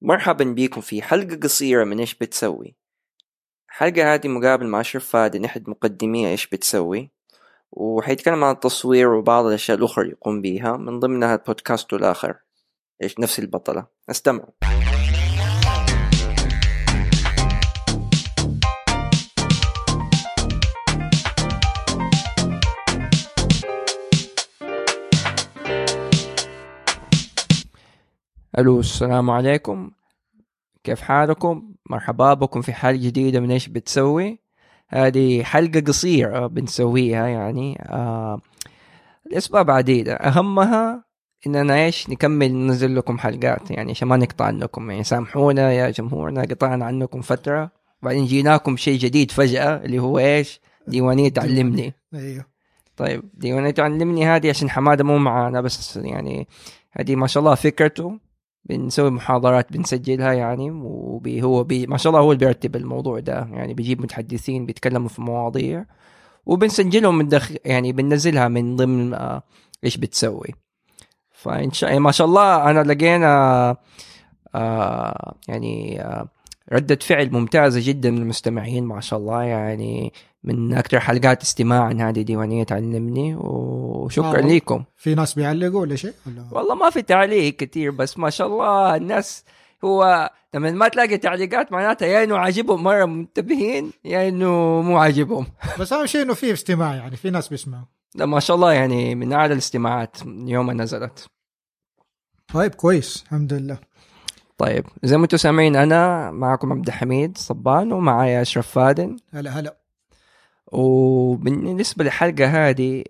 مرحبا بكم في حلقة قصيرة من إيش بتسوي. الحلقة هذه مقابل مع أشرف فادن أحد مقدمي إيش بتسوي، وحيتكلم عن التصوير وبعض الأشياء الأخرى يقوم بيها، من ضمنها البودكاست الآخر إيش نفس البطلة. استمعوا. ألو، السلام عليكم، كيف حالكم؟ مرحبا بكم في حلقة جديدة من إيش بتسوي. هذه حلقة قصيرة بنسويها يعني لأسباب عديدة، أهمها إننا إيش نكمل ننزل لكم حلقات، يعني عشان ما نقطع عنكم. يعني سامحونا يا جمهورنا، قطعنا عنكم فترة وبعدين جيناكم شيء جديد فجأة اللي هو إيش؟ ديوانية تعلمني. أيوه. طيب ديوانية تعلمني هذه عشان حمادة مو معانا، بس يعني هذه ما شاء الله فكرته، بنسوي محاضرات بنسجلها يعني، هو ما شاء الله هو اللي بيرتب الموضوع ده، يعني بيجيب متحدثين بيتكلموا في مواضيع وبنسجلهم من يعني بننزلها من ضمن إيش بتسوي. فإن شاء ما شاء الله أنا لقينا يعني ردة فعل ممتازة جدا من المستمعين ما شاء الله، يعني من أكثر حلقات استماعا هذه ديوانية تعلمني، وشكرا لكم. في ناس بيعلقوا ولا شيء ولا؟ والله ما في تعليق كتير، بس ما شاء الله الناس، هو لما ما تلاقي تعليقات معناتها يا إنه عاجبهم مرة منتبهين يا إنه مو عاجبهم. بس أهم شيء إنه في استماع، يعني في ناس بيسمعوا. لا ما شاء الله، يعني من أعلى الاستماعات يوم ما نزلت. طيب كويس، الحمد لله. طيب زي ما انتم سامعين، أنا معكم عبد الحميد صبان ومعايا أشرف فادن. هلا. وبالنسبة للحلقة هذه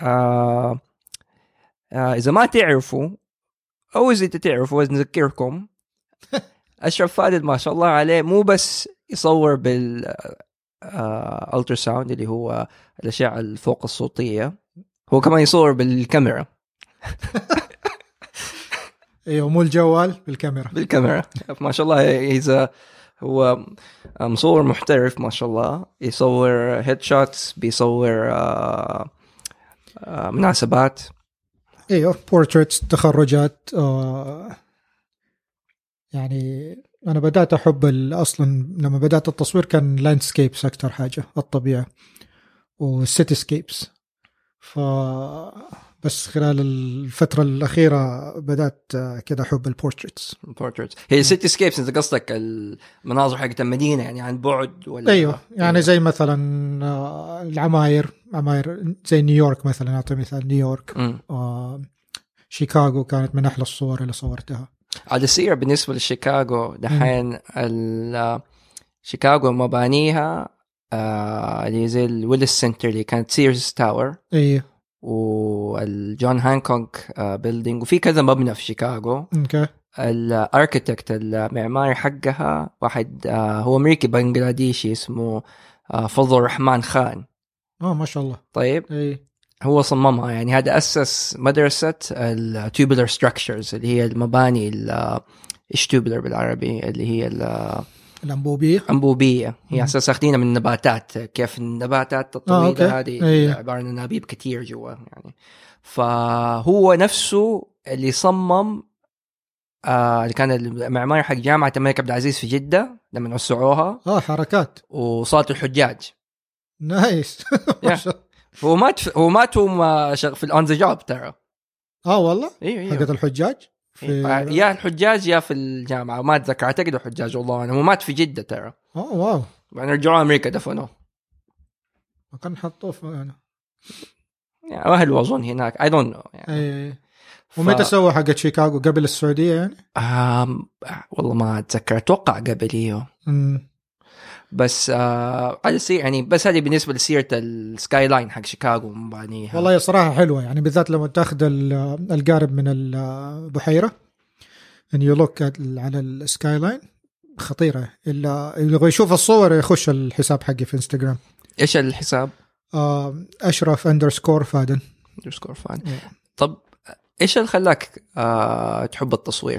إذا ما تعرفوا أو إذا تعرفوا نذكركم أشرف فادن ما شاء الله عليه مو بس يصور بال التراساوند اللي هو الأشعة الفوق الصوتية، هو كمان يصور بالكاميرا. ايوه، مو الجوال، بالكاميرا. ما شاء الله، إذا هو مصور محترف ما شاء الله، يصور هيد شوتس، بيصور مناسبات، ايوه بورتريتس، تخرجات. يعني انا بدأت احب اصلا لما بدأت التصوير كان لاندسكيبس اكتر حاجة، الطبيعة والسيتيسكيبس. بس خلال الفترة الأخيرة بدأت كده أحب البورتريتس. هي سيتي سكيبس، أنت قصدك المناظر حقت المدينة يعني عن بعد ولا؟ أيوه يعني زي مثلا العماير زي نيويورك مثلا، أعطي مثال نيويورك. شيكاغو كانت من أحلى الصور اللي صورتها. على السير بالنسبة لشيكاغو دحين، شيكاغو مبانيها اللي زي الويلس سنتر اللي كانت سيرز تاور، أيوه، والجون هانكوك بيلدينج، وفي كذا مبنى في شيكاغو. اوكي. الاركيتكت المعماري حقها واحد هو امريكي بنغلاديشي اسمه فضل الرحمن خان. ما شاء الله. طيب أيوه. هو صممها، يعني هذا أسس مدرسة التوبولار ستراكشرز اللي هي المباني إيش توبولار بالعربي، اللي هي الأنبوبية. هي أساس أخذينها من النباتات، كيف النباتات الطويلة هذه عبارة عن أنابيب كتير جوا يعني. فهو نفسه اللي صمم اللي كان المعماري حق جامعة الملك عبد العزيز في جدة لما وسعوها. حركات وصالة الحجاج. نايس. هو مات في الأون ذا جوب ترى. والله. ايوه حقت الحجاج يا الحجاج يا في الجامعة، ما أتذكر، أعتقد الحجاج والله. أنا هو مات في جدة ترى. واو. بعدين رجعوا أمريكا دفنوه. كان حطوه في يعني أهله أظن هناك، I don't know يعني. ومتى سووا حقت شيكاغو؟ قبل السعودية يعني؟ والله ما أتذكر، أتوقع قبل بس على يعني بس هذه بالنسبة لسيرة السكاي لاين حق شيكاغو مبانيها. والله صراحة حلوة يعني، بالذات لما تاخذ القارب من البحيرة and you look على السكاي لاين، خطيرة. اللي يبغى يشوف الصور يخش الحساب حقي في انستغرام. إيش الحساب؟ أشرف_فادن. طب إيش اللي خلاك تحب التصوير؟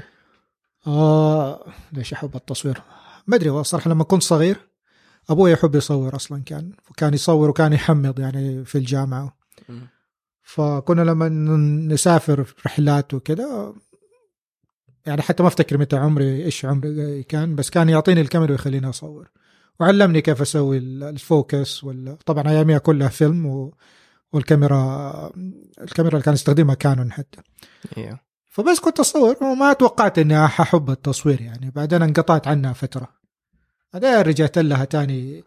ليش أحب التصوير؟ ما أدري صراحة. لما كنت صغير أبوي يحب يصور أصلا، كان يصور وكان يحمض يعني في الجامعة. فكنا لما نسافر رحلات وكده يعني حتى ما افتكر متى عمري ايش عمري كان، بس كان يعطيني الكاميرا ويخليني اصور، وعلمني كيف اسوي الفوكس طبعا اياميها كلها فيلم والكاميرا اللي كان يستخدمها كانون حتى. فبس كنت اصور وما توقعت اني احب التصوير يعني. بعدين انقطعت عنها فتره، بعدين رجعت لها تاني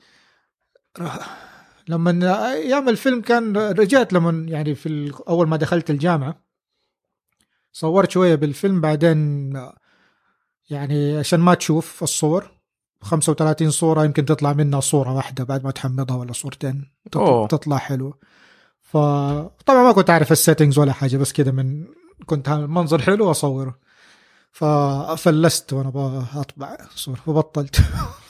لما ايام الفيلم كان. رجعت لما يعني في اول ما دخلت الجامعه صورت شويه بالفيلم، بعدين يعني عشان ما تشوف الصور 35 صوره يمكن تطلع منها صوره واحده بعد ما تحمضها ولا صورتين تطلع حلو. فطبعا ما كنت اعرف السيتنجز ولا حاجه، بس كده من كنت المنظر حلو اصوره، ففلست وانا اطبع صور وبطلت.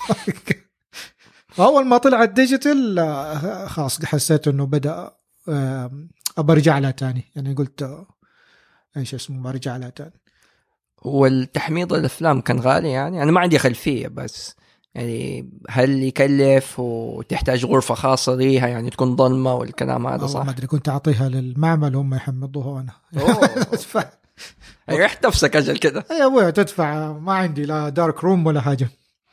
اول ما طلع الديجيتال خلاص حسيت انه بدا برجع لها تاني، يعني قلت ايش اسمه برجع لها تاني. والتحميض الافلام كان غالي يعني؟ انا ما عندي خلفيه، بس يعني هل يكلف وتحتاج غرفه خاصه ليها يعني تكون ظلمه والكلام هذا صح؟ ما ادري، كنت اعطيها للمعمل هم يحمضوها انا. تدفع ريحت نفسك اجل كده. يا ابوي تدفع، ما عندي لا دارك روم ولا حاجه.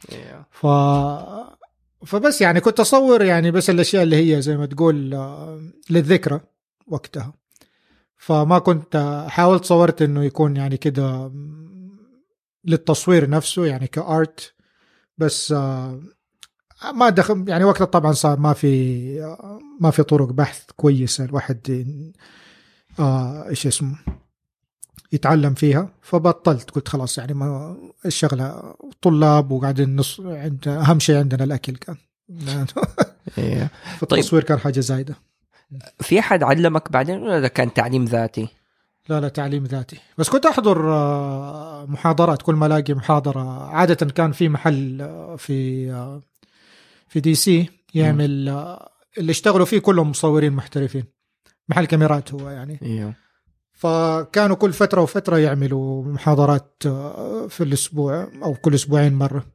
فبس يعني كنت أصور يعني بس الأشياء اللي هي زي ما تقول للذكرى وقتها. فما كنت حاولت صورت إنه يكون يعني كده للتصوير نفسه يعني كأرت، بس ما دخل يعني وقتها طبعا صار ما في طرق بحث كويسة الواحد إيش اسمه يتعلم فيها. فبطلت، قلت خلاص يعني ما الشغلة طلاب وقاعدين أهم شيء عندنا الأكل كان. فالتصوير كان حاجة زايدة. في حد علمك بعدين ولا كان تعليم ذاتي؟ لا تعليم ذاتي، بس كنت أحضر محاضرات. كل ما ألاقي محاضرة عادة كان في محل في دي سي يعمل اللي اشتغلوا فيه كلهم مصورين محترفين، محل كاميرات هو يعني. فكانوا كل فترة وفترة يعملوا محاضرات في الأسبوع أو كل أسبوعين مرة.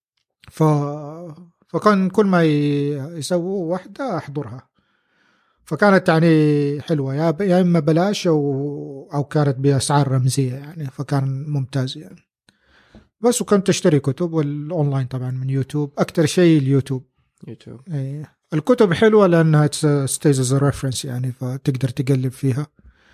فكان كل ما يسووا واحدة أحضرها، فكانت يعني حلوة، يا إما بلاش أو كانت بأسعار رمزية يعني، فكان ممتاز يعني. بس وكنت تشتري كتب والأونلاين طبعا من يوتيوب، أكتر شيء اليوتيوب. الكتب حلوة لأنها stays as a reference يعني، فتقدر تقلب فيها.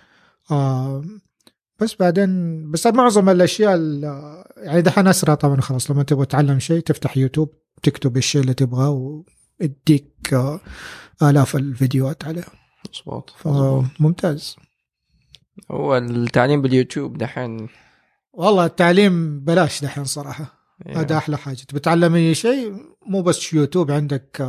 بس معظم الأشياء يعني دحين أسرع طبعا. خلاص لما تبغى تتعلم شيء تفتح يوتيوب تكتب الشيء اللي تبغاه ويديك آلاف الفيديوهات عليه. مظبوط. ممتاز. هو التعليم باليوتيوب دحين والله التعليم بلاش دحين صراحة. هذا أحلى حاجة. تبتعلم أي شيء مو بس يوتيوب، عندك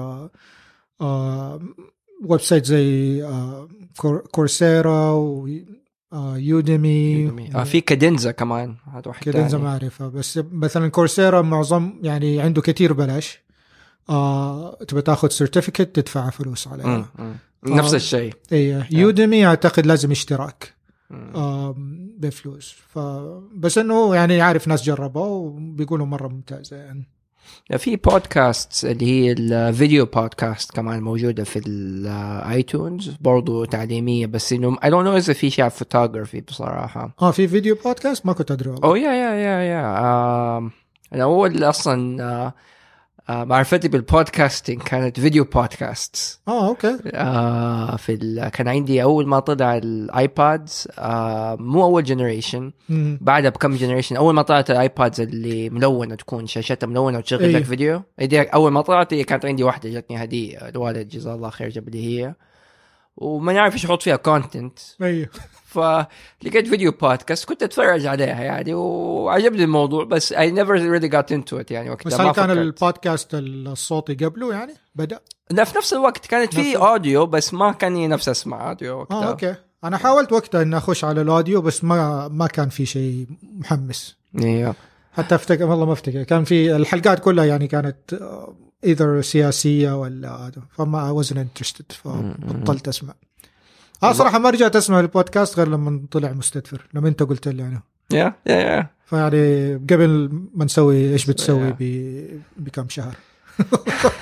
ويب سايت زي كورسيرا يوديمي في كادنزا كمان. هذا واحد كادنزا ما أعرفها، بس مثلا كورسيرا معظم يعني عنده كتير بلاش. تبى تاخذ سيرتيفيكت تدفع فلوس عليها. نفس الشيء. يوديمي أعتقد لازم اشتراك بفلوس. بس إنه يعني عارف ناس جربوا وبيقولوا مرة ممتازة يعني. في بودكاست اللي هي الفيديو بودكاست كمان موجودة في الايتونز برضو تعليمية، بس انه I don't know إذا في شيء فوتوغرافي بصراحة. في فيديو بودكاست ما كنت أدري والله. يا أنا أول أصلا معرفتي بالبودكاستينج كانت فيديو بودكاست. اوكي. كان عندي اول ما طلع الايبادز، مو اول جنريشن، بعدها بكم جنريشن. اول ما طلعت الايبادز اللي ملونه تكون شاشتها ملونه وتشغل لك فيديو، اول ما طلعت كانت عندي واحده جتني هديه، الوالد جزاه الله خير جاب لي هي، وما نعرف ايش احط فيها كونتنت. فلقيت فيديو بودكاست كنت اتفرج عليها يعني وعجبني الموضوع، بس I never really got into it يعني وقتها. بس هل كان البودكاست الصوتي قبله يعني بدأ؟ لا في نفس الوقت كانت في اوديو، بس ما كان نفس اسمع اوديو وقتها. اوكي. انا حاولت وقتها ان اخش على الاوديو بس ما كان في شيء محمس. حتى افتكر والله ما افتكر، كان في الحلقات كلها يعني كانت either سياسية ولا هذا، فما wasn't interested فبطلت اسمع. صراحة ما رجعت اسمع البودكاست غير لما طلع مستدفر، لما انت قلت لي يعني. فيعني قبل ما نسوي ايش بتسوي بكم شهر.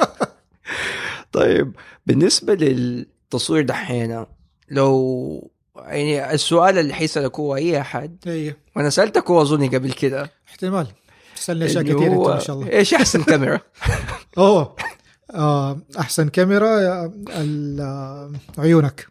طيب بالنسبة للتصوير دحين، لو يعني السؤال اللي حيسألك هو أي أحد، ايه وأنا سألتك هو أظني قبل كده، احتمال تسألني اشياء اللي كثير انت هو ما شاء الله. إيش أحسن كاميرا؟ اوه احسن كاميرا عيونك.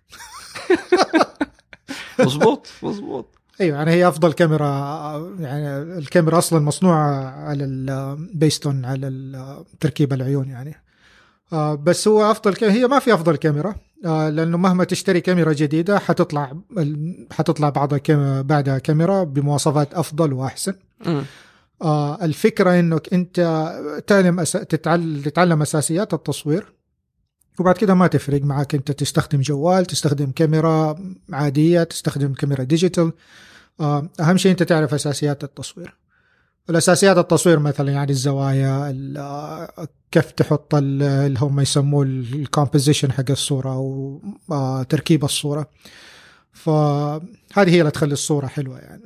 مظبوط. ايوه يعني هي افضل كاميرا، يعني الكاميرا اصلا مصنوعه على بيستون على تركيب العيون يعني. بس هو افضل هي ما في افضل كاميرا، لانه مهما تشتري كاميرا جديده حتطلع بعدها كاميرا بمواصفات افضل واحسن. الفكره انك انت تتعلم اساسيات التصوير، وبعد كده ما تفرق معك انت تستخدم جوال، تستخدم كاميرا عاديه، تستخدم كاميرا ديجيتال. اهم شيء انت تعرف اساسيات التصوير. الاساسيات التصوير مثلا يعني الزوايا، كيف تحط اللي هم يسموه الكومبوزيشن حق الصوره او تركيب الصوره. فهذه هي اللي تخلي الصوره حلوه يعني.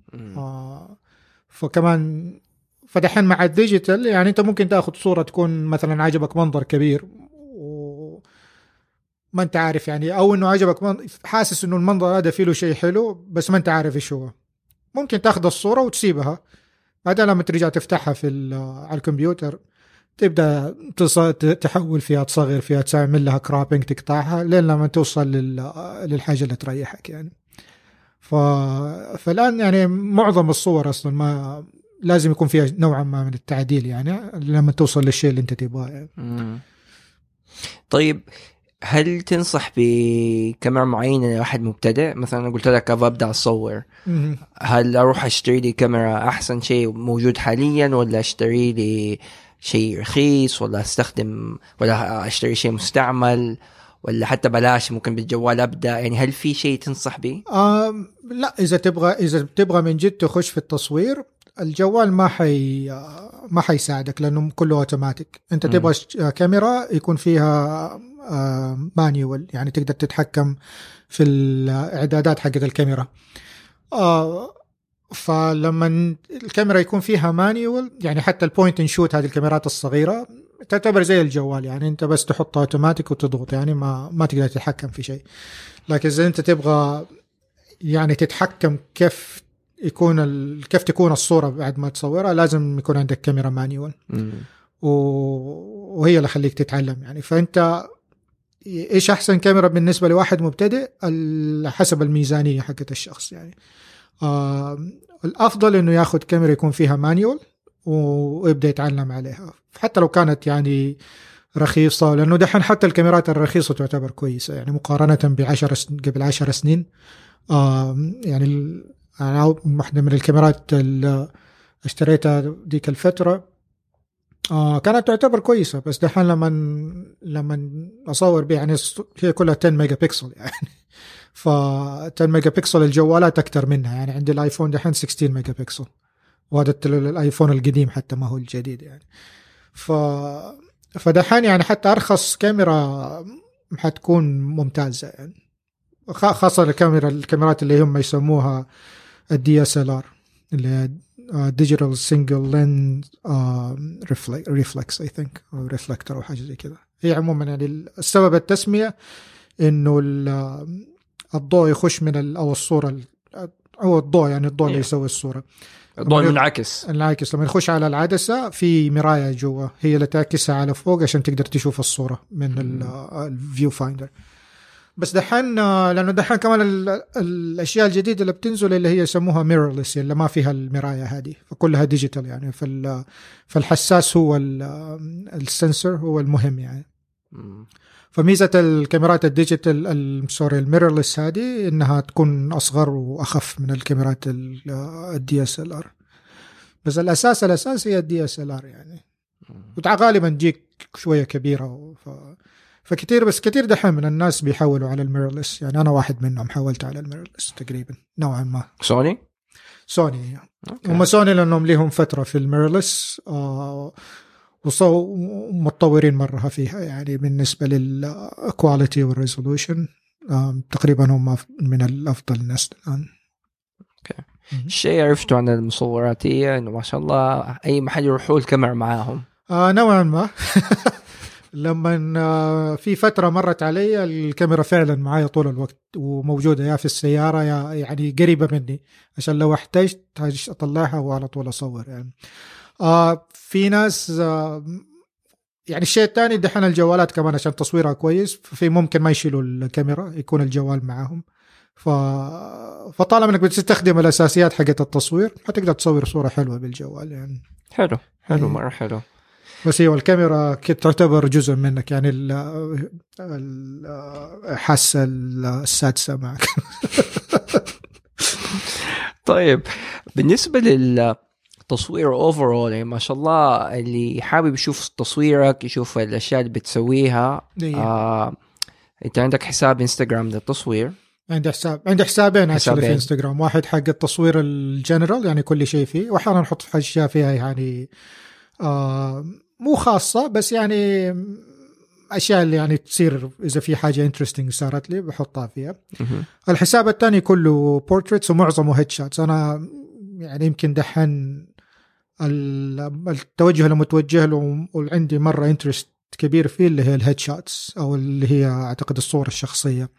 فكمان فدحين مع الديجيتال يعني انت ممكن تاخذ صوره تكون مثلا عجبك منظر كبير وما انت عارف يعني، او انه عجبك حاسس انه المنظر هذا فيه له شيء حلو بس ما انت عارف ايش هو. ممكن تاخذ الصوره وتسيبها، بعدين لما ترجع تفتحها على الكمبيوتر تبدا تحول فيها، تصغر فيها، تعمل لها كرابينج، تقطعها لين لما توصل للحاجه اللي تريحك يعني. فالان يعني معظم الصور اصلا ما لازم يكون فيها نوعا ما من التعديل يعني لما توصل للشيء اللي انت تبغاه يعني. طيب هل تنصح بكاميرا معينة لواحد مبتدئ؟ مثلا قلت لك أبدأ أصور، هل أروح أشتري لي كاميرا أحسن شيء موجود حاليا، ولا أشتري لي شيء رخيص، ولا أشتري شيء مستعمل، ولا حتى بلاش ممكن بالجوال أبدأ؟ يعني هل في شيء تنصح به؟ لا، إذا تبغى من جد تخش في التصوير، الجوال ما حيساعدك لأنه كله أوتوماتيك. أنت تبغى كاميرا يكون فيها مانيوال، يعني تقدر تتحكم في الإعدادات حقت الكاميرا. فلما الكاميرا يكون فيها مانيوال يعني حتى البوينت اند شوت، هذه الكاميرات الصغيرة تعتبر زي الجوال، يعني أنت بس تحطها أوتوماتيك وتضغط، يعني ما تقدر تتحكم في شيء. لكن إذا أنت تبغى يعني تتحكم كيف تكون الصورة بعد ما تصورها، لازم يكون عندك كاميرا مانيوال، وهي اللي خليك تتعلم يعني. فأنت إيش أحسن كاميرا بالنسبة لواحد مبتدئ؟ حسب الميزانية حقت الشخص يعني. الأفضل إنه ياخد كاميرا يكون فيها مانيوال ويبدأ يتعلم عليها، حتى لو كانت يعني رخيصة، لأنه دحين حتى الكاميرات الرخيصة تعتبر كويسة يعني مقارنة قبل 10 سنين. يعني أنا واحدة من الكاميرات اللي اشتريتها ديك الفترة كانت تعتبر كويسة، بس دحين لما أصور بها يعني هي كلها 10 ميجا بكسل يعني. 10 ميجا بكسل الجوالات أكتر منها يعني. عندي الآيفون دحين 16 ميجا بكسل، وهذا الآيفون القديم حتى ما هو الجديد يعني. فدحين يعني حتى أرخص كاميرا حتكون ممتازة يعني، خاصة الكاميرات اللي هم يسموها DSLR اللي هي Digital Single Lens Reflex I think أو Reflector أو حاجة زي كذا. هي عموما يعني السبب التسمية إنه الضوء يخش من أو الصورة أو الضوء يعني الضوء اللي يسوي الصورة، الضوء المنعكس لما يخش على العدسة في مراية جوا هي اللي تعكسها على فوق عشان تقدر تشوف الصورة من الفيو فايندر. بس دحين لأنه دحين كمان الأشياء الجديدة اللي بتنزل اللي هي يسموها mirrorless اللي ما فيها المراية هذه، فكلها ديجيتال يعني. فالحساس هو السنسور هو المهم يعني. فميزة الكاميرات الديجيتال الميرورلس هذه إنها تكون أصغر وأخف من الكاميرات DSLR، بس الأساس هي DSLR يعني، غالبا تجيك شوية كبيرة كتير دحين من الناس بيحولوا على الميرورلس يعني. أنا واحد منهم حولت على الميرورلس تقريبا نوعا ما. سوني هم سوني لأنهم ليهم فترة في الميرورلس ومتطورين مرة فيها يعني بالنسبة للكواليتي والريزولوشن. تقريبا هم من الأفضل الناس الآن. الشيء عرفته عن المصوراتية إنه ما شاء الله أي محل يروحوا الكاميرا معاهم نوعا ما. لما في فترة مرت علي الكاميرا فعلا معايا طول الوقت وموجودة يا في السيارة يا يعني قريبة مني، عشان لو احتجت أطلعها وعلى طول أصور يعني. في ناس يعني الشيء الثاني دحين الجوالات كمان عشان تصويرها كويس، في ممكن ما يشيلوا الكاميرا، يكون الجوال معاهم. فطالما انك بتستخدم الاساسيات حقت التصوير حتقدر تصور صورة حلوة بالجوال يعني. حلو مرة حلو. بس هي الكاميرا تعتبر جزء منك يعني، الحاسة السادسة معك. طيب بالنسبة للتصوير اوفرول يعني ما شاء الله، اللي حابب يشوف تصويرك يشوف الاشياء اللي بتسويها. انت عندك حساب انستغرام للتصوير؟ عندي حسابين في انستغرام، واحد حق التصوير الجنرال يعني كل شيء فيه، واحيانا نحط اشياء فيها يعني مو خاصة بس يعني أشياء اللي يعني تصير إذا في حاجة انترستينج صارت لي بحطها فيها. الحساب الثاني كله بورتريتس ومعظمه هيد شوتس. أنا يعني يمكن دحين التوجه المتوجه له وعندي مرة انترست كبير فيه اللي هي الهيد شوتس، أو اللي هي أعتقد الصورة الشخصية.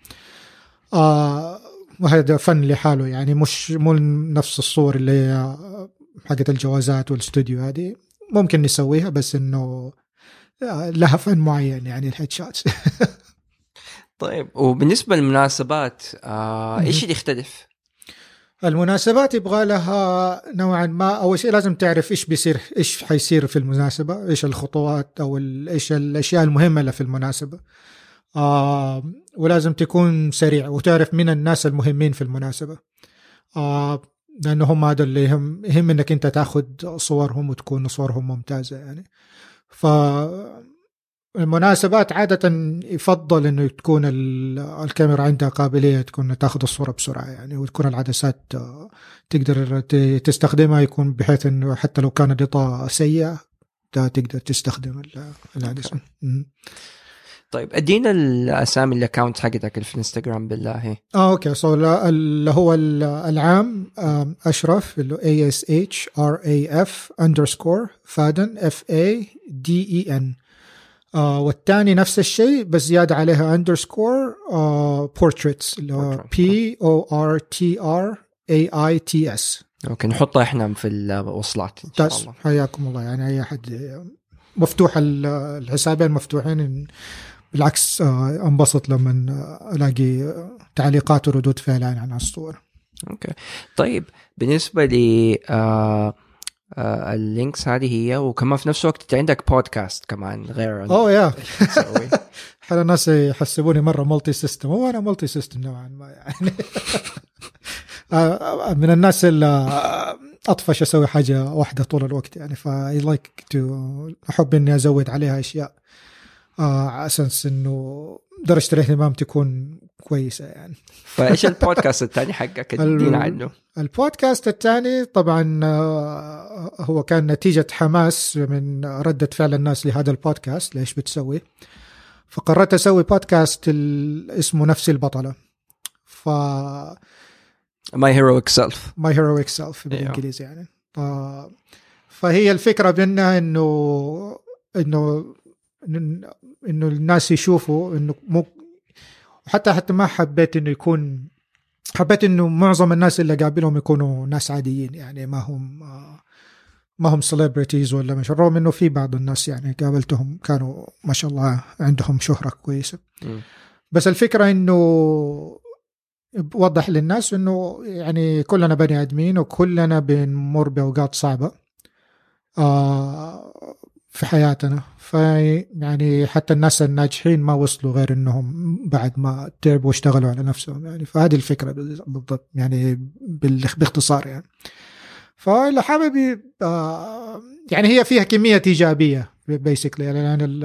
وهذا فن لحاله يعني، مو نفس الصور اللي هي حقت الجوازات والاستوديو، هذه ممكن نسويها بس إنه لها فن معين يعني الهيد شوتس. طيب وبالنسبة للمناسبات إيش اللي يختلف؟ المناسبات يبغى لها نوعا ما، أول شيء لازم تعرف إيش بيصير، إيش حيصير في المناسبة، إيش الخطوات أو إيش الأشياء المهمة اللي في المناسبة. ولازم تكون سريع وتعرف من الناس المهمين في المناسبة، لأنه هم هذا اللي يهم إنك أنت تأخذ صورهم وتكون صورهم ممتازة يعني. فالمناسبات عادة يفضل إنه تكون الكاميرا عندها قابلية تكون تأخذ الصورة بسرعة يعني، وتكون العدسات تقدر تستخدمها، يكون بحيث إنه حتى لو كان الإضاءة سيئة تقدر تستخدم العدسة. طيب ادينا الاسامي الاكونت حقتك في الانستغرام بالله. اوكي اللي هو العام اشرف اللي ASHRAF_فادن FADEN. والثاني نفس الشيء بس زيادة عليها underscore portraits اللي هو PORTRAITS. اوكي نحطها احنا في الوصلات ان شاء الله. حياكم الله يعني، اي احد مفتوح الحسابين مفتوحين، بالعكس انبسط لما الاقي تعليقات وردود فعل عن الصور. اوكي طيب بالنسبه لي اللينكس هذه هي، وكمان في نفس الوقت عندك بودكاست كمان غير يا حنا الناس يحسبوني مره مالتي سيستم، وانا مالتي سيستم نوعا ما يعني. من الناس اللي اطفش اسوي حاجه واحده طول الوقت يعني، فاي لايك تو احب اني ازود عليها اشياء على اساس انه درجه الاهتمام تكون كويسه يعني. فايش البودكاست الثاني حقك ادينا عنه؟ البودكاست الثاني طبعا هو كان نتيجه حماس من رده فعل الناس لهذا البودكاست، ليش بتسوي، فقررت اسوي بودكاست اسمه نفسي البطله. My Heroic Self بالانجليزي يعني. فهي الفكره بانها انه الناس يشوفوا انه حتى ما حبيت انه يكون، حبيت انه معظم الناس اللي قابلهم يكونوا ناس عاديين يعني، ما هم celebrities ولا مش، رغم انه في بعض الناس يعني قابلتهم كانوا ما شاء الله عندهم شهرة كويسة. بس الفكرة انه بوضح للناس انه يعني كلنا بني ادمين وكلنا بنمر باوقات صعبة في حياتنا. يعني حتى الناس الناجحين ما وصلوا غير انهم بعد ما تعبوا واشتغلوا على نفسهم يعني. فهذه الفكرة بالضبط يعني باختصار يعني. فاللي حابب يعني هي فيها كمية إيجابية basically يعني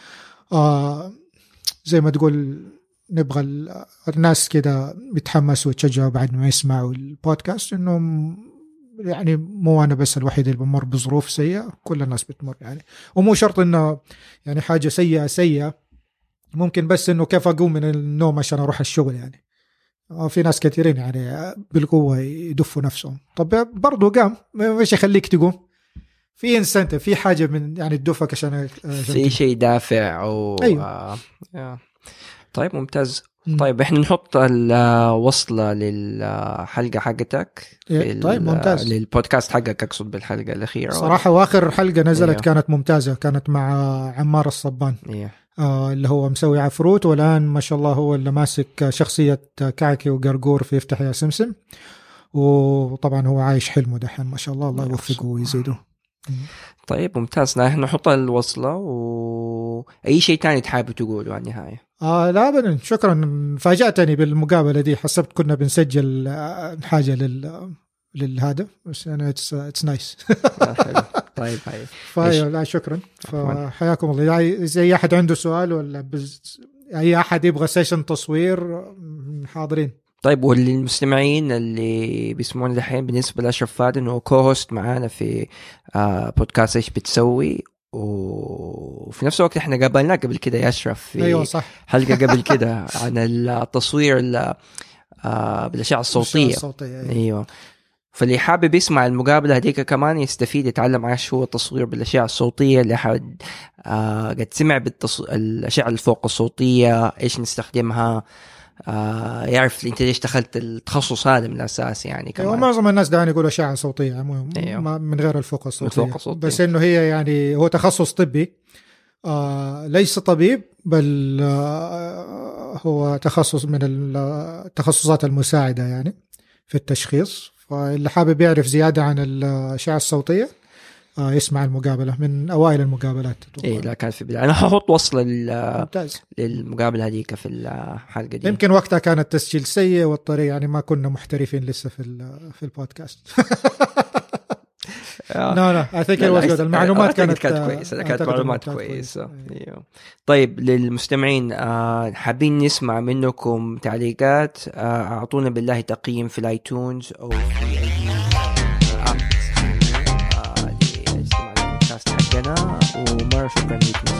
زي ما تقول نبغى الناس كده يتحمسوا ويتشجعوا بعد ما يسمعوا البودكاست، إنهم يعني مو أنا بس الوحيد اللي بمر بظروف سيئة، كل الناس بتمر يعني. ومو شرط إنه يعني حاجة سيئة، ممكن بس إنه كيف أقوم من النوم عشان أروح الشغل يعني. في ناس كثيرين يعني بالقوة يدفوا نفسهم، طب برضو قام، مش يخليك تقوم، في انسنتيف، في حاجه من يعني تدفك عشان في شيء دافع او أيوه. طيب ممتاز. طيب احنا نحط الوصله للحلقه حقتك طيب ممتاز. للبودكاست حقك اقصد بالحلقه الاخيره صراحه واخر حلقه نزلت أيوه. كانت ممتازه، كانت مع عمار الصبان. أيوه. اللي هو مسوي عفروت، والان ما شاء الله هو اللي ماسك شخصيه كعكي وقرقور في يفتح يا سمسم، وطبعا هو عايش حلمه دحين ما شاء الله، الله يوفقه ويزيده. طيب ممتاز، نحن نحط الوصلة. وأي شيء تاني تحب تقوله على النهاية؟ لا أبدا، شكرا، فاجأتني بالمقابلة دي، حسبت كنا بنسجل حاجة للهذا، بس أنا it's nice. طيب هاي لا شكرا، فحياكم الله. إذا أي أحد عنده سؤال ولا أي أحد يبغى سيشن تصوير حاضرين. طيب وللمستمعين اللي بيسمعون الحين، بالنسبة لأشرف فادن هو كوهوست معانا في بودكاست إيش بتسوي، وفي نفس الوقت احنا قابلناه قبل كده يا أشرف في أيوة صح. حلقة قبل كده عن التصوير بالأشعة الصوتية. أيوة. فاللي حابب يسمع المقابلة هذيك كمان يستفيد، يتعلم عن شو التصوير بالأشعة الصوتية، اللي حد قد سمع الأشعة الفوق الصوتية إيش نستخدمها، يعرف انت ليش دخلت التخصص هذا من الاساس يعني. كمان أيوة، معظم الناس دائما يقولوا اشعه صوتيه أيوة. من غير الفوق الصوتيه، بس انه هي يعني هو تخصص طبي، ليس طبيب، بل هو تخصص من التخصصات المساعده يعني في التشخيص. فاللي حابب يعرف زياده عن الاشعه الصوتيه يسمع المقابلة، من أوائل المقابلات. إيه لا كان في بداية. أنا هحط وصلة للمقابلة هذيك في الحلقة دي. يمكن وقتها كان التسجيل سيء والطريق يعني ما كنا محترفين لسه في البودكاست. لا I think it was good. المعلومات كانت كويسة، كانت معلومات كويسة. طيب للمستمعين حابين نسمع منكم تعليقات، أعطونا بالله تقييم في الايتونز أو في أي حقنا. ومرة شكرا لكم.